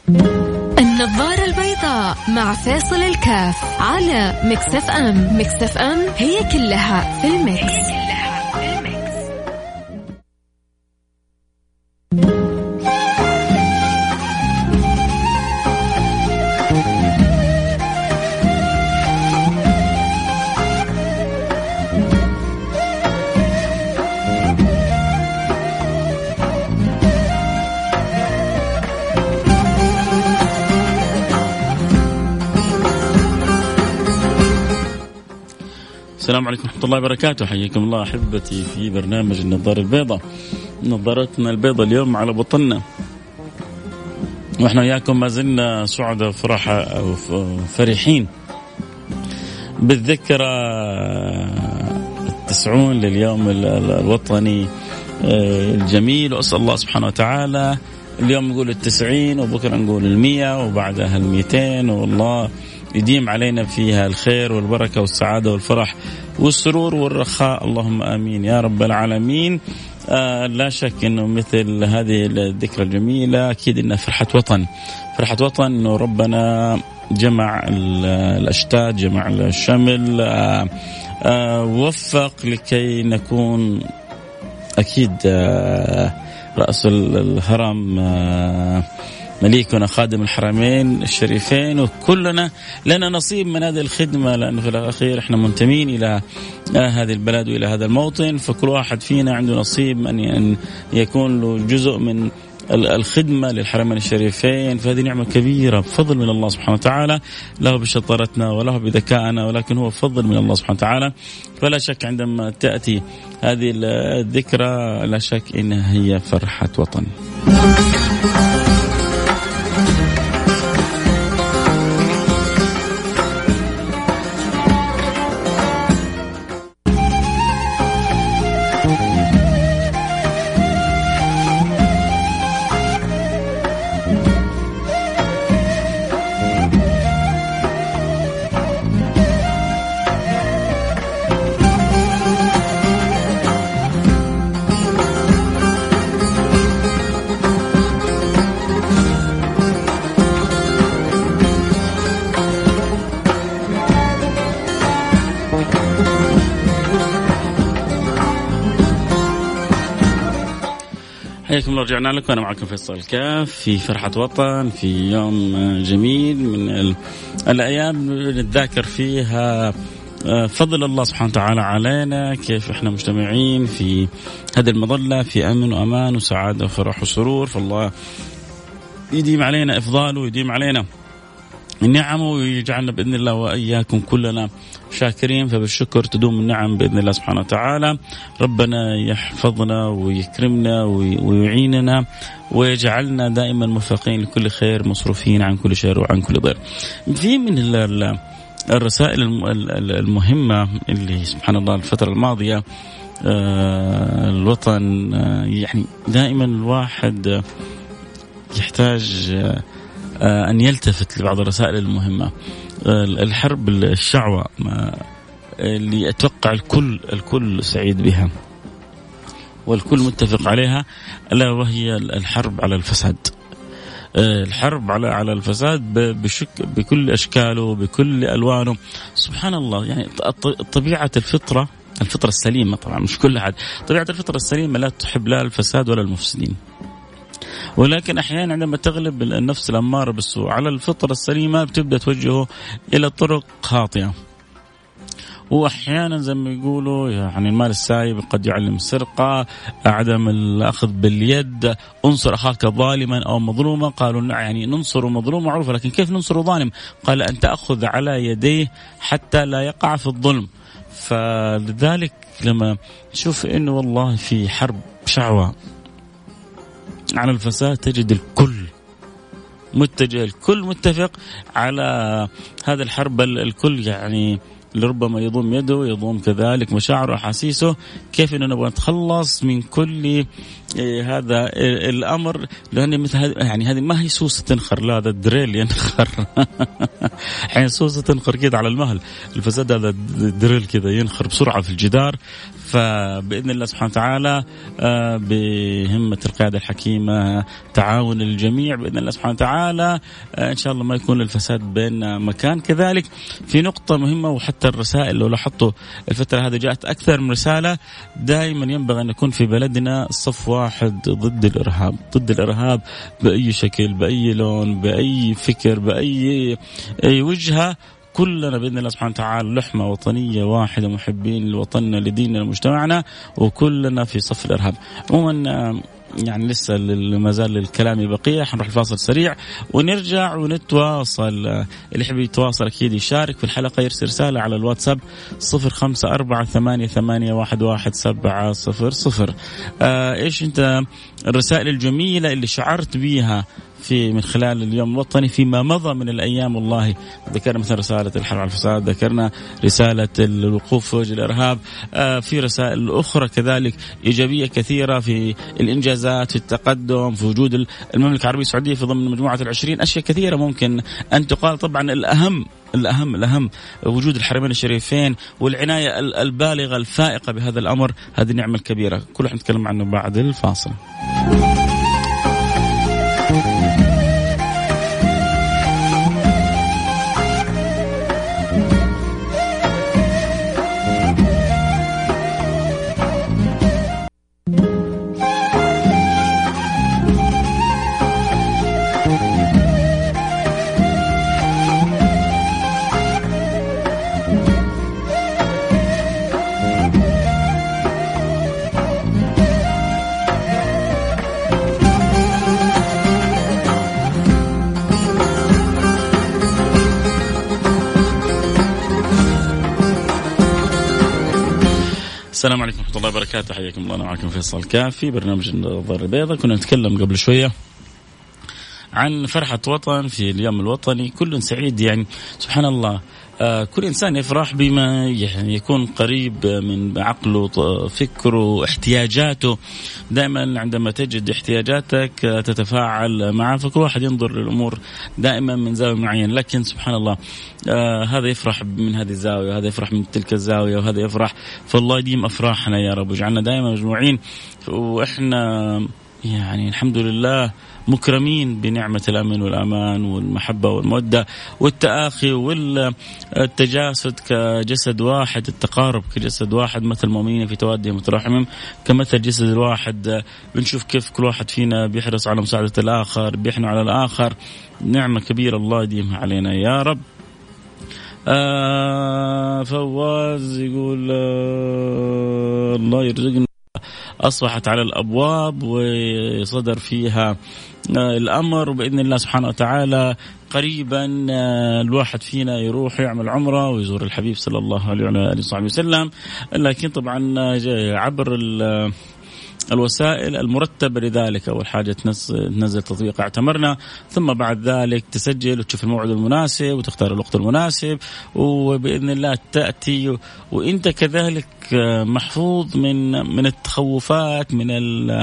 النظارة البيضاء مع فاصل الكاف على ميكس اف ام. ميكس اف ام هي كلها في الميكس. السلام عليكم ورحمة الله وبركاته. حياكم الله أحبتي في برنامج النظارة البيضاء. نظارتنا البيضاء اليوم على بطننا، وإحنا وياكم ما زلنا سعداء وفرحة أو فرحين بالذكرى 90 لليوم الوطني الجميل. وأسأل الله سبحانه وتعالى اليوم نقول 90 وبكرة نقول 100 وبعدها 200، والله يديم علينا فيها الخير والبركة والسعادة والفرح والسرور والرخاء، اللهم آمين يا رب العالمين. لا شك أنه مثل هذه الذكرى الجميلة أكيد أنها فرحة وطن، فرحة وطن أنه ربنا جمع الأشتات، جمع الشمل، وفق لكي نكون أكيد رأس الهرم مليكنا خادم الحرمين الشريفين، وكلنا لنا نصيب من هذه الخدمة، لأنه في الأخير إحنا منتمين إلى هذه البلد وإلى هذا الموطن، فكل واحد فينا عنده نصيب أن يكون له جزء من الخدمة للحرمين الشريفين. فهذه نعمة كبيرة بفضل من الله سبحانه وتعالى، له بشطارتنا وله بذكائنا، ولكن هو فضل من الله سبحانه وتعالى. فلا شك عندما تأتي هذه الذكرى لا شك إنها هي فرحة وطن. حياكم الله، رجعنا لكم. أنا معكم فيصل الكاف في فرحة وطن، في يوم جميل من الأيام نتذاكر فيها فضل الله سبحانه وتعالى علينا، كيف إحنا مجتمعين في هذه المظلة في أمن وأمان وسعادة وفرح وسرور. فالله يديم علينا إفضاله ويديم علينا النعم، ويجعلنا بإذن الله وإياكم كلنا شاكرين، فبالشكر تدوم النعم بإذن الله سبحانه وتعالى. ربنا يحفظنا ويكرمنا ويعيننا ويجعلنا دائما موفقين لكل خير، مصروفين عن كل شر وعن كل ضر. في من الرسائل المهمة اللي سبحان الله الفترة الماضية الوطن يعني دائما الواحد يحتاج أن يلتفت لبعض الرسائل المهمة. الحرب الشعوة اللي أتوقع الكل سعيد بها والكل متفق عليها، ألا وهي الحرب على الفساد. الحرب على الفساد بكل أشكاله بكل ألوانه. سبحان الله، يعني طبيعة الفطرة السليمة، طبعا مش كل أحد، طبيعة الفطرة السليمة لا تحب لا الفساد ولا المفسدين، ولكن أحيانا عندما تغلب النفس الأمارة بالسوء على الفطرة السليمة بتبدأ توجهه إلى طرق خاطئة. وأحيانا زي ما يقولوا يعني المال السايب قد يعلم السرقة، عدم الأخذ باليد، انصر أخاك ظالما أو مظلوما. قالوا يعني ننصر مظلوم معروف، لكن كيف ننصر ظالم؟ قال أن تأخذ على يديه حتى لا يقع في الظلم. فلذلك لما نشوف إنه والله في حرب شعوة على الفساد تجد الكل متجه، الكل متفق على هذا الحرب، الكل يعني لربما يضم يده، يضم كذلك مشاعره وأحاسيسه، كيف إننا نبغى نتخلص من كل هذا الأمر، لأن مثل يعني هذه ما هي سوسة تنخر، لا هذا الدريل ينخر. حين سوسة تنخر كده على المهل، الفساد هذا الدريل كده ينخر بسرعة في الجدار. فبإذن الله سبحانه وتعالى بهمة القيادة الحكيمة، تعاون الجميع بإذن الله سبحانه وتعالى، إن شاء الله ما يكون الفساد بين مكان. كذلك في نقطة مهمة، وحتى الرسائل لو لاحظتوا الفترة هذه جاءت أكثر من رسالة، دائما ينبغي أن يكون في بلدنا صف واحد ضد الإرهاب، ضد الإرهاب بأي شكل، بأي لون، بأي فكر، بأي وجهة. كلنا بإذن الله سبحانه وتعالى لحمة وطنية واحدة، محبين لوطننا لديننا لمجتمعنا، وكلنا في صف الإرهاب. عموما يعني لسه ما زال الكلام بقية، حنروح الفاصل سريع ونرجع ونتواصل. اللي يحب يتواصل أكيد يشارك في الحلقة، يرسل رسالة على الواتساب 0548811700. إيش أنت الرسائل الجميلة اللي شعرت بيها في من خلال اليوم الوطني فيما مضى من الأيام؟ والله ذكرنا مثلا رسالة الحرب على الفساد، ذكرنا رسالة الوقوف في وجه الإرهاب، في رسائل أخرى كذلك إيجابية كثيرة في الإنجازات، في التقدم، في وجود المملكة العربية السعودية في ضمن مجموعة 20. أشياء كثيرة ممكن أن تقال. طبعا الأهم وجود الحرمين الشريفين والعناية البالغة الفائقة بهذا الأمر، هذه نعمة كبيرة، كلها نتكلم عنه بعد الفاصل. السلام عليكم ورحمة الله وبركاته، حياكم الله. أنا معكم فيصل كافي، برنامج النظر البيضاء. كنا نتكلم قبل شوية عن فرحة وطن في اليوم الوطني. كل سعيد، يعني سبحان الله، كل إنسان يفرح بما يعني يكون قريب من عقله، فكره، احتياجاته. دائما عندما تجد احتياجاتك تتفاعل معه، فكل واحد ينظر للأمور دائما من زاوية معينة. لكن سبحان الله، هذا يفرح من هذه الزاوية، وهذا يفرح من تلك الزاوية، وهذا يفرح. فالله يديم أفراحنا يا رب، وجعلنا دائما مجموعين، وإحنا يعني الحمد لله مكرمين بنعمة الأمن والأمان والمحبة والمودة والتآخي والتجاسد كجسد واحد، التقارب كجسد واحد، مثل المؤمنين في توادهم وتراحمهم كمثل جسد الواحد. بنشوف كيف كل واحد فينا بيحرص على مساعدة الآخر، بيحنو على الآخر. نعمة كبيرة الله يديمها علينا يا رب. فواز يقول الله يرزقنا أصبحت على الأبواب وصدر فيها الأمر، وبإذن الله سبحانه وتعالى قريبا الواحد فينا يروح يعمل عمرة ويزور الحبيب صلى الله عليه وآله وسلم. لكن طبعا عبر الوسائل المرتبة لذلك، أول حاجة تنزل تطبيق اعتمرنا، ثم بعد ذلك تسجل وتشوف الموعد المناسب وتختار الوقت المناسب، وبإذن الله تأتي وإنت كذلك محفوظ من التخوفات، من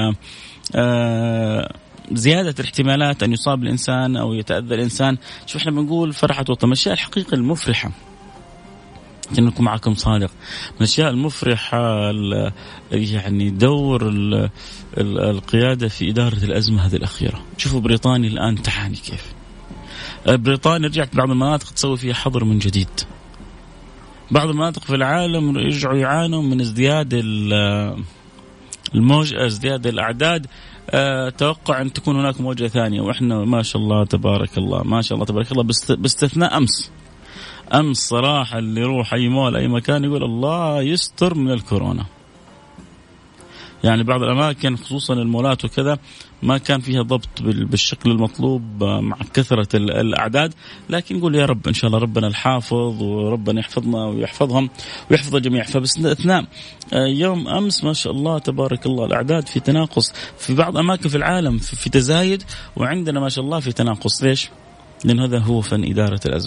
زيادة الاحتمالات أن يصاب الإنسان أو يتأذى الإنسان. شوف احنا بنقول فرحة وطن، من الأشياء الحقيقة المفرحة، كأنكم معكم صادق، من الأشياء المفرحة يعني دور القيادة في إدارة الأزمة هذه الأخيرة. شوفوا بريطانيا الآن تعاني كيف. بريطانيا رجعت بعض المناطق تسوي فيها حظر من جديد. بعض المناطق في العالم رجعوا يعانوا من ازدياد الموجة، ازدياد الأعداد. توقع أن تكون هناك موجة ثانية، وإحنا ما شاء الله تبارك الله، ما شاء الله تبارك الله، باستثناء أمس صراحة اللي يروح أي مول أي مكان يقول الله يستر من الكورونا. يعني بعض الأماكن خصوصا المولات وكذا ما كان فيها ضبط بالشكل المطلوب مع كثرة الأعداد، لكن نقول يا رب إن شاء الله ربنا الحافظ، وربنا يحفظنا ويحفظهم ويحفظ الجميع. فباستثناء يوم أمس ما شاء الله تبارك الله الأعداد في تناقص، في بعض أماكن في العالم في تزايد، وعندنا ما شاء الله في تناقص. ليش؟ لأن هذا هو فن إدارة الأزمة.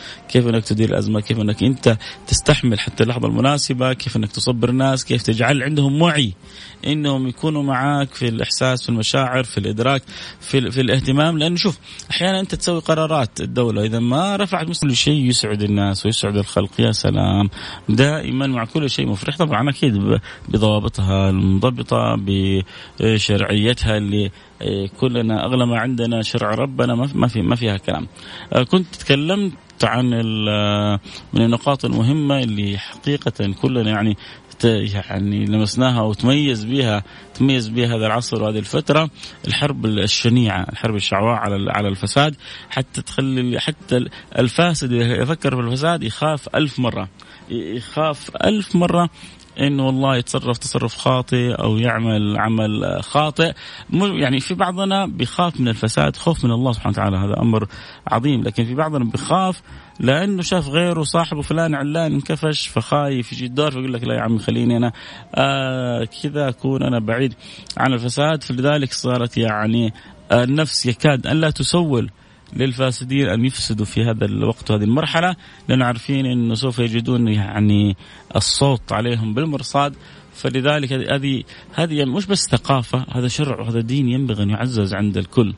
كيف أنك تدير الأزمة، كيف أنك أنت تستحمل حتى اللحظة المناسبة، كيف أنك تصبر الناس، كيف تجعل عندهم وعي إنهم يكونوا معاك في الإحساس، في المشاعر، في الإدراك، في الاهتمام. لأنه شوف أحيانا أنت تسوي قرارات الدولة إذا ما رفعت كل شيء يسعد الناس ويسعد الخلق، يا سلام، دائما مع كل شيء مفرح، طبعا أكيد بضوابطها المضبطة، بشرعيتها اللي كلنا أغلى ما عندنا شرع ربنا، ما فيها كلام. كنت تكلمت عن من النقاط المهمة اللي حقيقة كلنا يعني لمسناها وتميز بها هذا العصر وهذه الفترة، الحرب الشنيعة، الحرب الشعواء على الفساد، حتى تخلي حتى الفاسد يفكر في الفساد يخاف 1000 مرة، يخاف 1000 مرة إنه والله يتصرف تصرف خاطئ أو يعمل عمل خاطئ. يعني في بعضنا بيخاف من الفساد خوف من الله سبحانه وتعالى، هذا أمر عظيم، لكن في بعضنا بيخاف لأنه شاف غيره صاحبه فلان علان انكفش فخايف يجي الدار فيقول لك لا يا عمي خليني أنا كذا أكون أنا بعيد عن الفساد. فلذلك صارت يعني النفس يكاد أن لا تسول للفاسدين أن يفسدوا في هذا الوقت وهذه المرحلة، لأن عارفين أنه سوف يجدون يعني الصوت عليهم بالمرصاد. فلذلك هذه مش بس ثقافة، هذا شرع وهذا دين ينبغي أن يعزز عند الكل.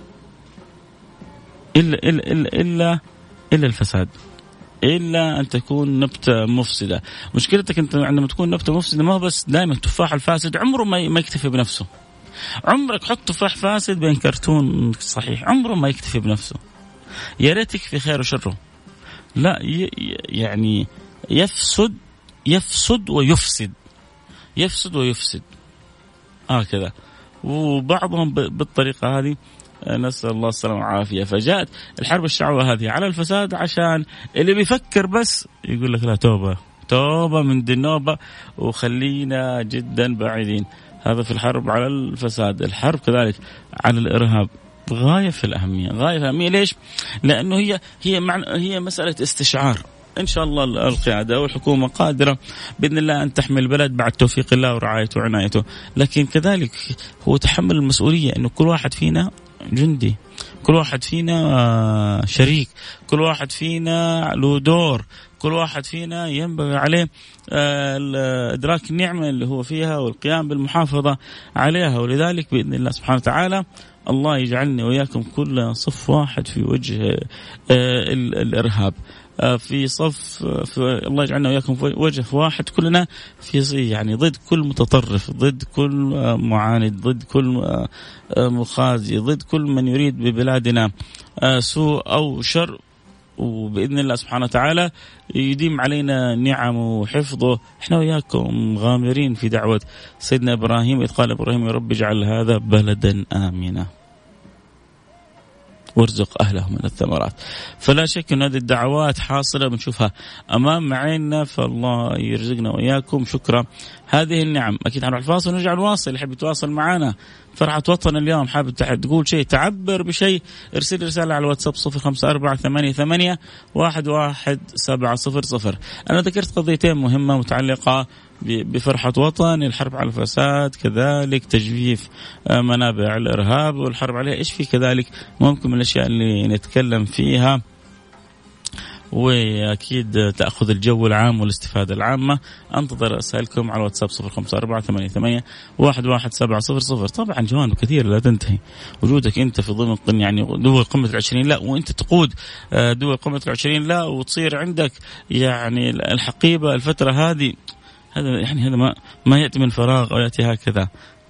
إلا الفساد، إلا أن تكون نبتة مفسدة. مشكلتك أنت عندما تكون نبتة مفسدة ما بس دائما التفاح الفاسد عمره ما يكتفي بنفسه. عمرك حط تفاح فاسد بين كرتون صحيح عمره ما يكتفي بنفسه، يا ريت يكفي خير وشره، لا يعني يفسد ويفسد، يفسد ويفسد كذا. وبعضهم بالطريقة هذه نسأل الله السلامة والعافية. فجاءت الحرب الشعواء هذه على الفساد عشان اللي بيفكر بس يقول لك لا توبة من دي النوبة وخلينا جدا بعيدين. هذا في الحرب على الفساد. الحرب كذلك على الإرهاب غاية في الأهمية. ليش؟ لأنه هي مسألة استشعار. إن شاء الله القيادة والحكومة قادرة بإذن الله أن تحمل البلد بعد توفيق الله ورعايته وعنايته، لكن كذلك هو تحمل المسؤولية إنه كل واحد فينا جندي، كل واحد فينا شريك، كل واحد فينا له دور، كل واحد فينا ينبغي عليه إدراك النعمة اللي هو فيها والقيام بالمحافظة عليها. ولذلك بإذن الله سبحانه وتعالى الله يجعلني وإياكم كل صف واحد في وجه الإرهاب، في صف الله يجعلنا وإياكم في وجه واحد، كلنا في يعني ضد كل متطرف، ضد كل معاند، ضد كل مخازي، ضد كل من يريد ببلادنا سوء أو شر. وبإذن الله سبحانه وتعالى يديم علينا نعم وحفظه. احنا وياكم غامرين في دعوة سيدنا إبراهيم إذ قال إبراهيم يا رب اجعل هذا بلدا آمنا وارزق أهله من الثمرات. فلا شك أن هذه الدعوات حاصلة بنشوفها أمام عيننا، فالله يرزقنا وإياكم شكرا هذه النعم. أكيد هنروح الفاصل ونرجع نواصل. يحب يتواصل معنا فرحة وطن اليوم، حابب تقول شيء، تعبر بشيء، ارسل رسالة على الواتساب 0548811700. أنا ذكرت قضيتين مهمة متعلقة بفرحة وطن، الحرب على الفساد، كذلك تجفيف منابع الإرهاب والحرب عليها. إيش في كذلك ممكن من الأشياء اللي نتكلم فيها وأكيد تأخذ الجو العام والاستفادة العامة. أنتظر رسائلكم على الواتساب 0548811700. طبعا جوانب كثيرة لا تنتهي. وجودك أنت في ضمن يعني دول قمة 20 لا، وأنت تقود دول قمة 20 لا، وتصير عندك يعني الحقيبة الفترة هذه، هذا ما يأتي من فراغ أو يأتي هكذا.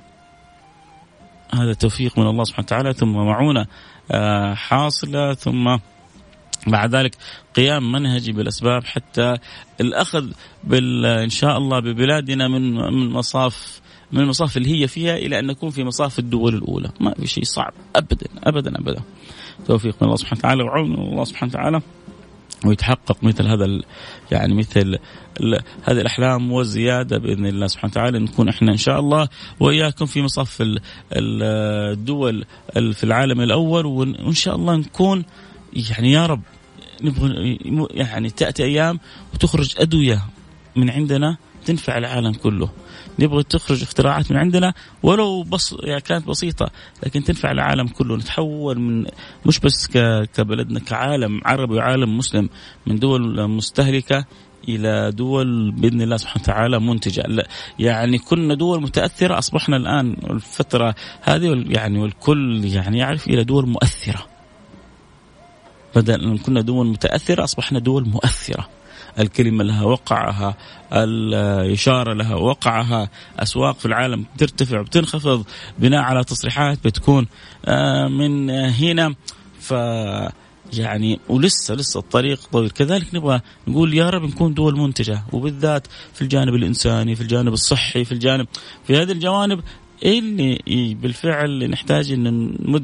هذا توفيق من الله سبحانه وتعالى، ثم معونة حاصلة، ثم بعد ذلك قيام منهجي بالأسباب حتى الأخذ إن شاء الله ببلادنا من المصاف اللي هي فيها إلى أن نكون في مصاف الدول الأولى. ما في شيء صعب أبدا أبدا أبدا. توفيق من الله سبحانه وتعالى وعون الله سبحانه وتعالى، ويتحقق مثل هذا يعني مثل هذه الأحلام والزيادة بإذن الله سبحانه وتعالى. نكون إحنا إن شاء الله وإياكم في مصاف الدول في العالم الأول، وإن شاء الله نكون يعني يا رب نبغى يعني تأتي أيام وتخرج أدوية من عندنا تنفع العالم كله. نبغى تخرج اختراعات من عندنا ولو يعني كانت بسيطة لكن تنفع العالم كله. نتحول من مش بس كبلدنا كعالم عربي وعالم مسلم من دول مستهلكة إلى دول بإذن الله سبحانه وتعالى منتجة. يعني كنا دول متأثرة أصبحنا الآن الفترة هذه يعني والكل يعني يعرف إلى دول مؤثرة. بدل أن كنا دول متأثرة أصبحنا دول مؤثرة. الكلمة لها وقعها، الإشارة لها وقعها. أسواق في العالم ترتفع وبتنخفض بناء على تصريحات بتكون من هنا. يعني ولسه الطريق طويل. كذلك نبغى نقول يا رب نكون دول منتجة، وبالذات في الجانب الإنساني، في الجانب الصحي، في هذه الجوانب اللي بالفعل نحتاج أن نمد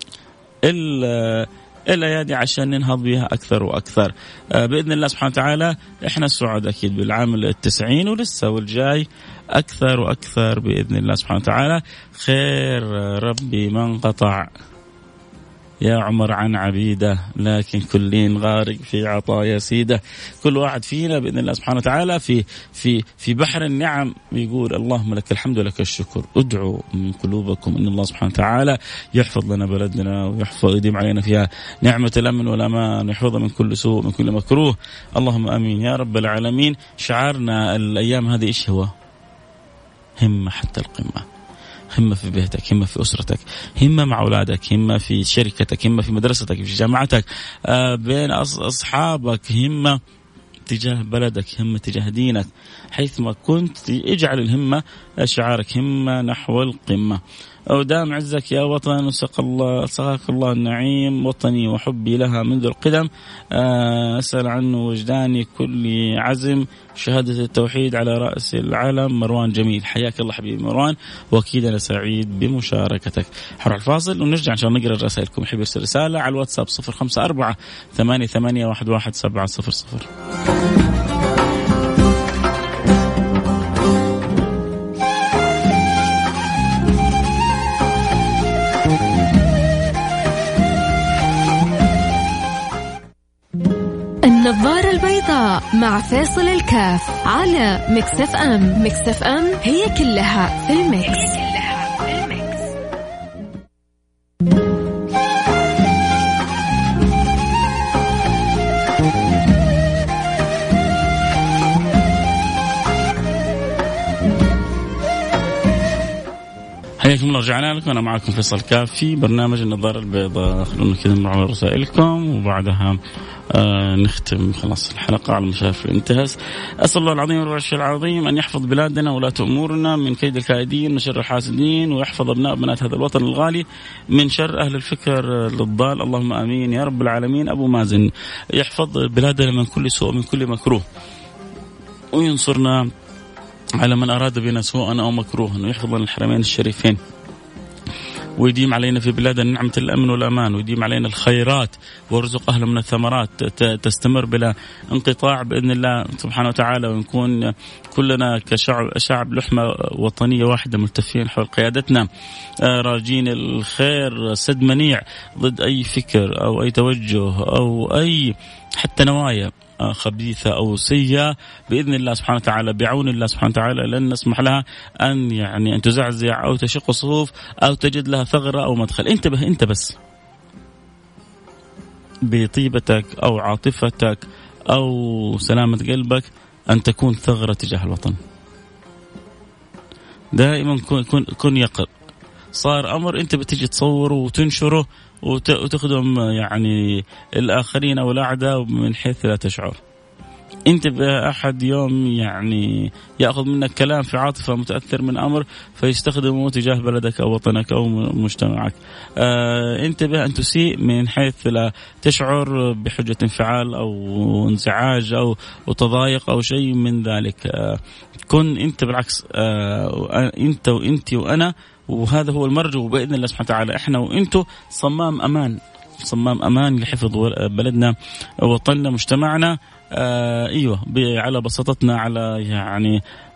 الأيادي عشان ننهض بها أكثر وأكثر بإذن الله سبحانه وتعالى. إحنا السعود أكيد بالعام 90 ولسه والجاي أكثر وأكثر بإذن الله سبحانه وتعالى. خير ربي من قطع يا عمر عن عبيده، لكن كلين غارق في عطايا سيده. كل واحد فينا بإذن الله سبحانه وتعالى في بحر النعم يقول اللهم لك الحمد ولك الشكر. ادعوا من قلوبكم إن الله سبحانه وتعالى يحفظ لنا بلدنا ويحفظ يديم علينا فيها نعمة الأمن والأمان ويحفظنا من كل سوء من كل مكروه. اللهم آمين يا رب العالمين. شعارنا الأيام هذه إيش هو؟ همة حتى القمة. همة في بيتك، همة في أسرتك، همة مع أولادك، همة في شركتك، همة في مدرستك، في جامعتك، بين أصحابك، همة تجاه بلدك، همة تجاه دينك. حيثما كنت اجعل الهمة شعارك، همة نحو القمة. ودام عزك يا وطن وسقاك الله النعيم، وطني وحبي لها منذ القدم. أسأل عنه وجداني كل عزم، شهادة التوحيد على رأس العالم. مروان جميل، حياك الله حبيبي مروان، وأكيد أنا سعيد بمشاركتك. حروح الفاصل ونرجع عشان نقرأ رسائلكم. حب يرسل رسالة على الواتساب 0548811700. النظارة البيضاء مع فاصل الكاف على مكسف أم. مكسف أم هي كلها في المكس. حياكم الله. رجعنا لكم، أنا معكم فيصل كاف في برنامج النظارة البيضاء. خلونا كذا نروح على رسائلكم وبعدها نختم خلاص الحلقة على مشارف الانتهاس. أسأل الله العظيم رب العرش العظيم أن يحفظ بلادنا ولاة أمورنا من كيد الكائدين وشر الحاسدين، ويحفظ أبناء وبنات هذا الوطن الغالي من شر أهل الفكر للضال. اللهم آمين يا رب العالمين. أبو مازن يحفظ بلادنا من كل سوء من كل مكروه، وينصرنا على من أراد بنا سوءا أو مكروها، ويحفظ لنا الحرمين الشريفين، ويديم علينا في بلادنا نعمة الأمن والأمان، ويديم علينا الخيرات ويرزق أهله من الثمرات تستمر بلا انقطاع بإذن الله سبحانه وتعالى. ونكون كلنا كشعب لحمة وطنية واحدة ملتفين حول قيادتنا، راجين الخير سد منيع ضد أي فكر أو أي توجه أو أي حتى نوايا خبيثة أو سيئة بإذن الله سبحانه وتعالى. بعون الله سبحانه وتعالى لن نسمح لها أن تزعزع أو تشق الصفوف أو تجد لها ثغرة أو مدخل. انتبه أنت بس بطيبتك أو عاطفتك أو سلامة قلبك أن تكون ثغرة تجاه الوطن. دائما كن يقظ. صار أمر أنت بتجي تصوره وتنشره وتخدم يعني الآخرين أو الأعداء من حيث لا تشعر. أنت بأحد يوم يعني يأخذ منك كلام في عاطفة متأثر من أمر فيستخدمه تجاه بلدك أو وطنك أو مجتمعك. انتبه أن تسيء من حيث لا تشعر بحجة انفعال أو انزعاج أو تضايق أو شيء من ذلك. كن أنت بالعكس أنت وأنت وأنا، وهذا هو المرجو بإذن الله سبحانه وتعالى. إحنا وإنتو صمام أمان لحفظ بلدنا وطننا مجتمعنا. أيوة على بساطتنا، على يعني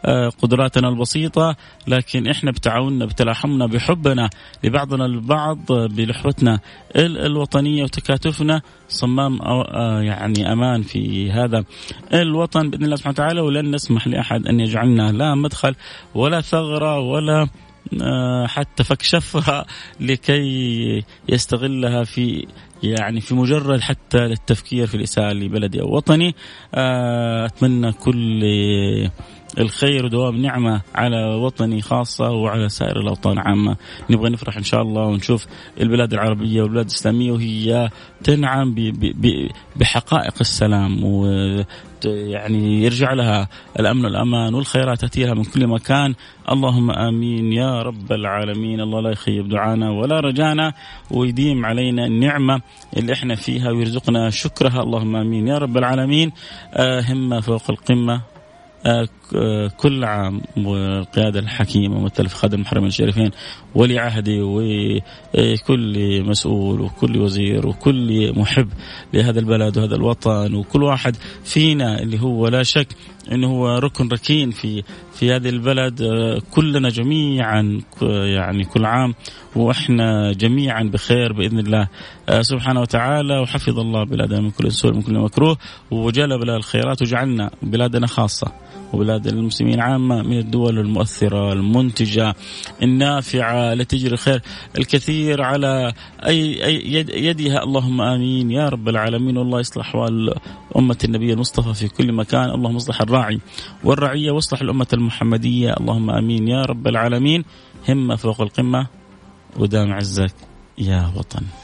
قدراتنا البسيطة، لكن إحنا بتعاوننا بتلاحمنا بحبنا لبعضنا البعض بلحوتنا الوطنية وتكاتفنا صمام يعني أمان في هذا الوطن بإذن الله سبحانه وتعالى. ولن نسمح لأحد أن يجعلنا لا مدخل ولا ثغرة ولا حتى فك شفرة لكي يستغلها في مجرد حتى للتفكير في الإساءة لبلدي أو وطني. أتمنى كل الخير ودوام نعمة على وطني خاصة وعلى سائر الأوطان عامة. نبغى نفرح إن شاء الله ونشوف البلاد العربية والبلاد الإسلامية وهي تنعم بحقائق السلام، ويعني يرجع لها الأمن والأمان والخيرات تأتي لها من كل مكان. اللهم آمين يا رب العالمين. الله لا يخيب دعانا ولا رجانا، ويديم علينا النعمة اللي احنا فيها ويرزقنا شكرها. اللهم آمين يا رب العالمين. همة فوق القمة كل عام، والقيادة الحكيمة ومختلف خادم الحرمين الشريفين ولي عهدي وكل مسؤول وكل وزير وكل محب لهذا البلد وهذا الوطن، وكل واحد فينا اللي هو لا شك إنه هو ركن ركين في هذه البلد. كلنا جميعا يعني كل عام وإحنا جميعا بخير بإذن الله سبحانه وتعالى. وحفظ الله بلادنا من كل سوء من كل مكروه، وجلب بلاد الخيرات، وجعلنا بلادنا خاصة وبلاد المسلمين عامة من الدول المؤثرة المنتجة النافعة التي تجري الخير الكثير على أي يدها. اللهم آمين يا رب العالمين. والله يصلح أحوال أمة النبي المصطفى في كل مكان. اللهم اصلح الراعي والرعية واصلح الأمة المحمدية. اللهم آمين يا رب العالمين. همة فوق القمة ودام عزك يا وطن.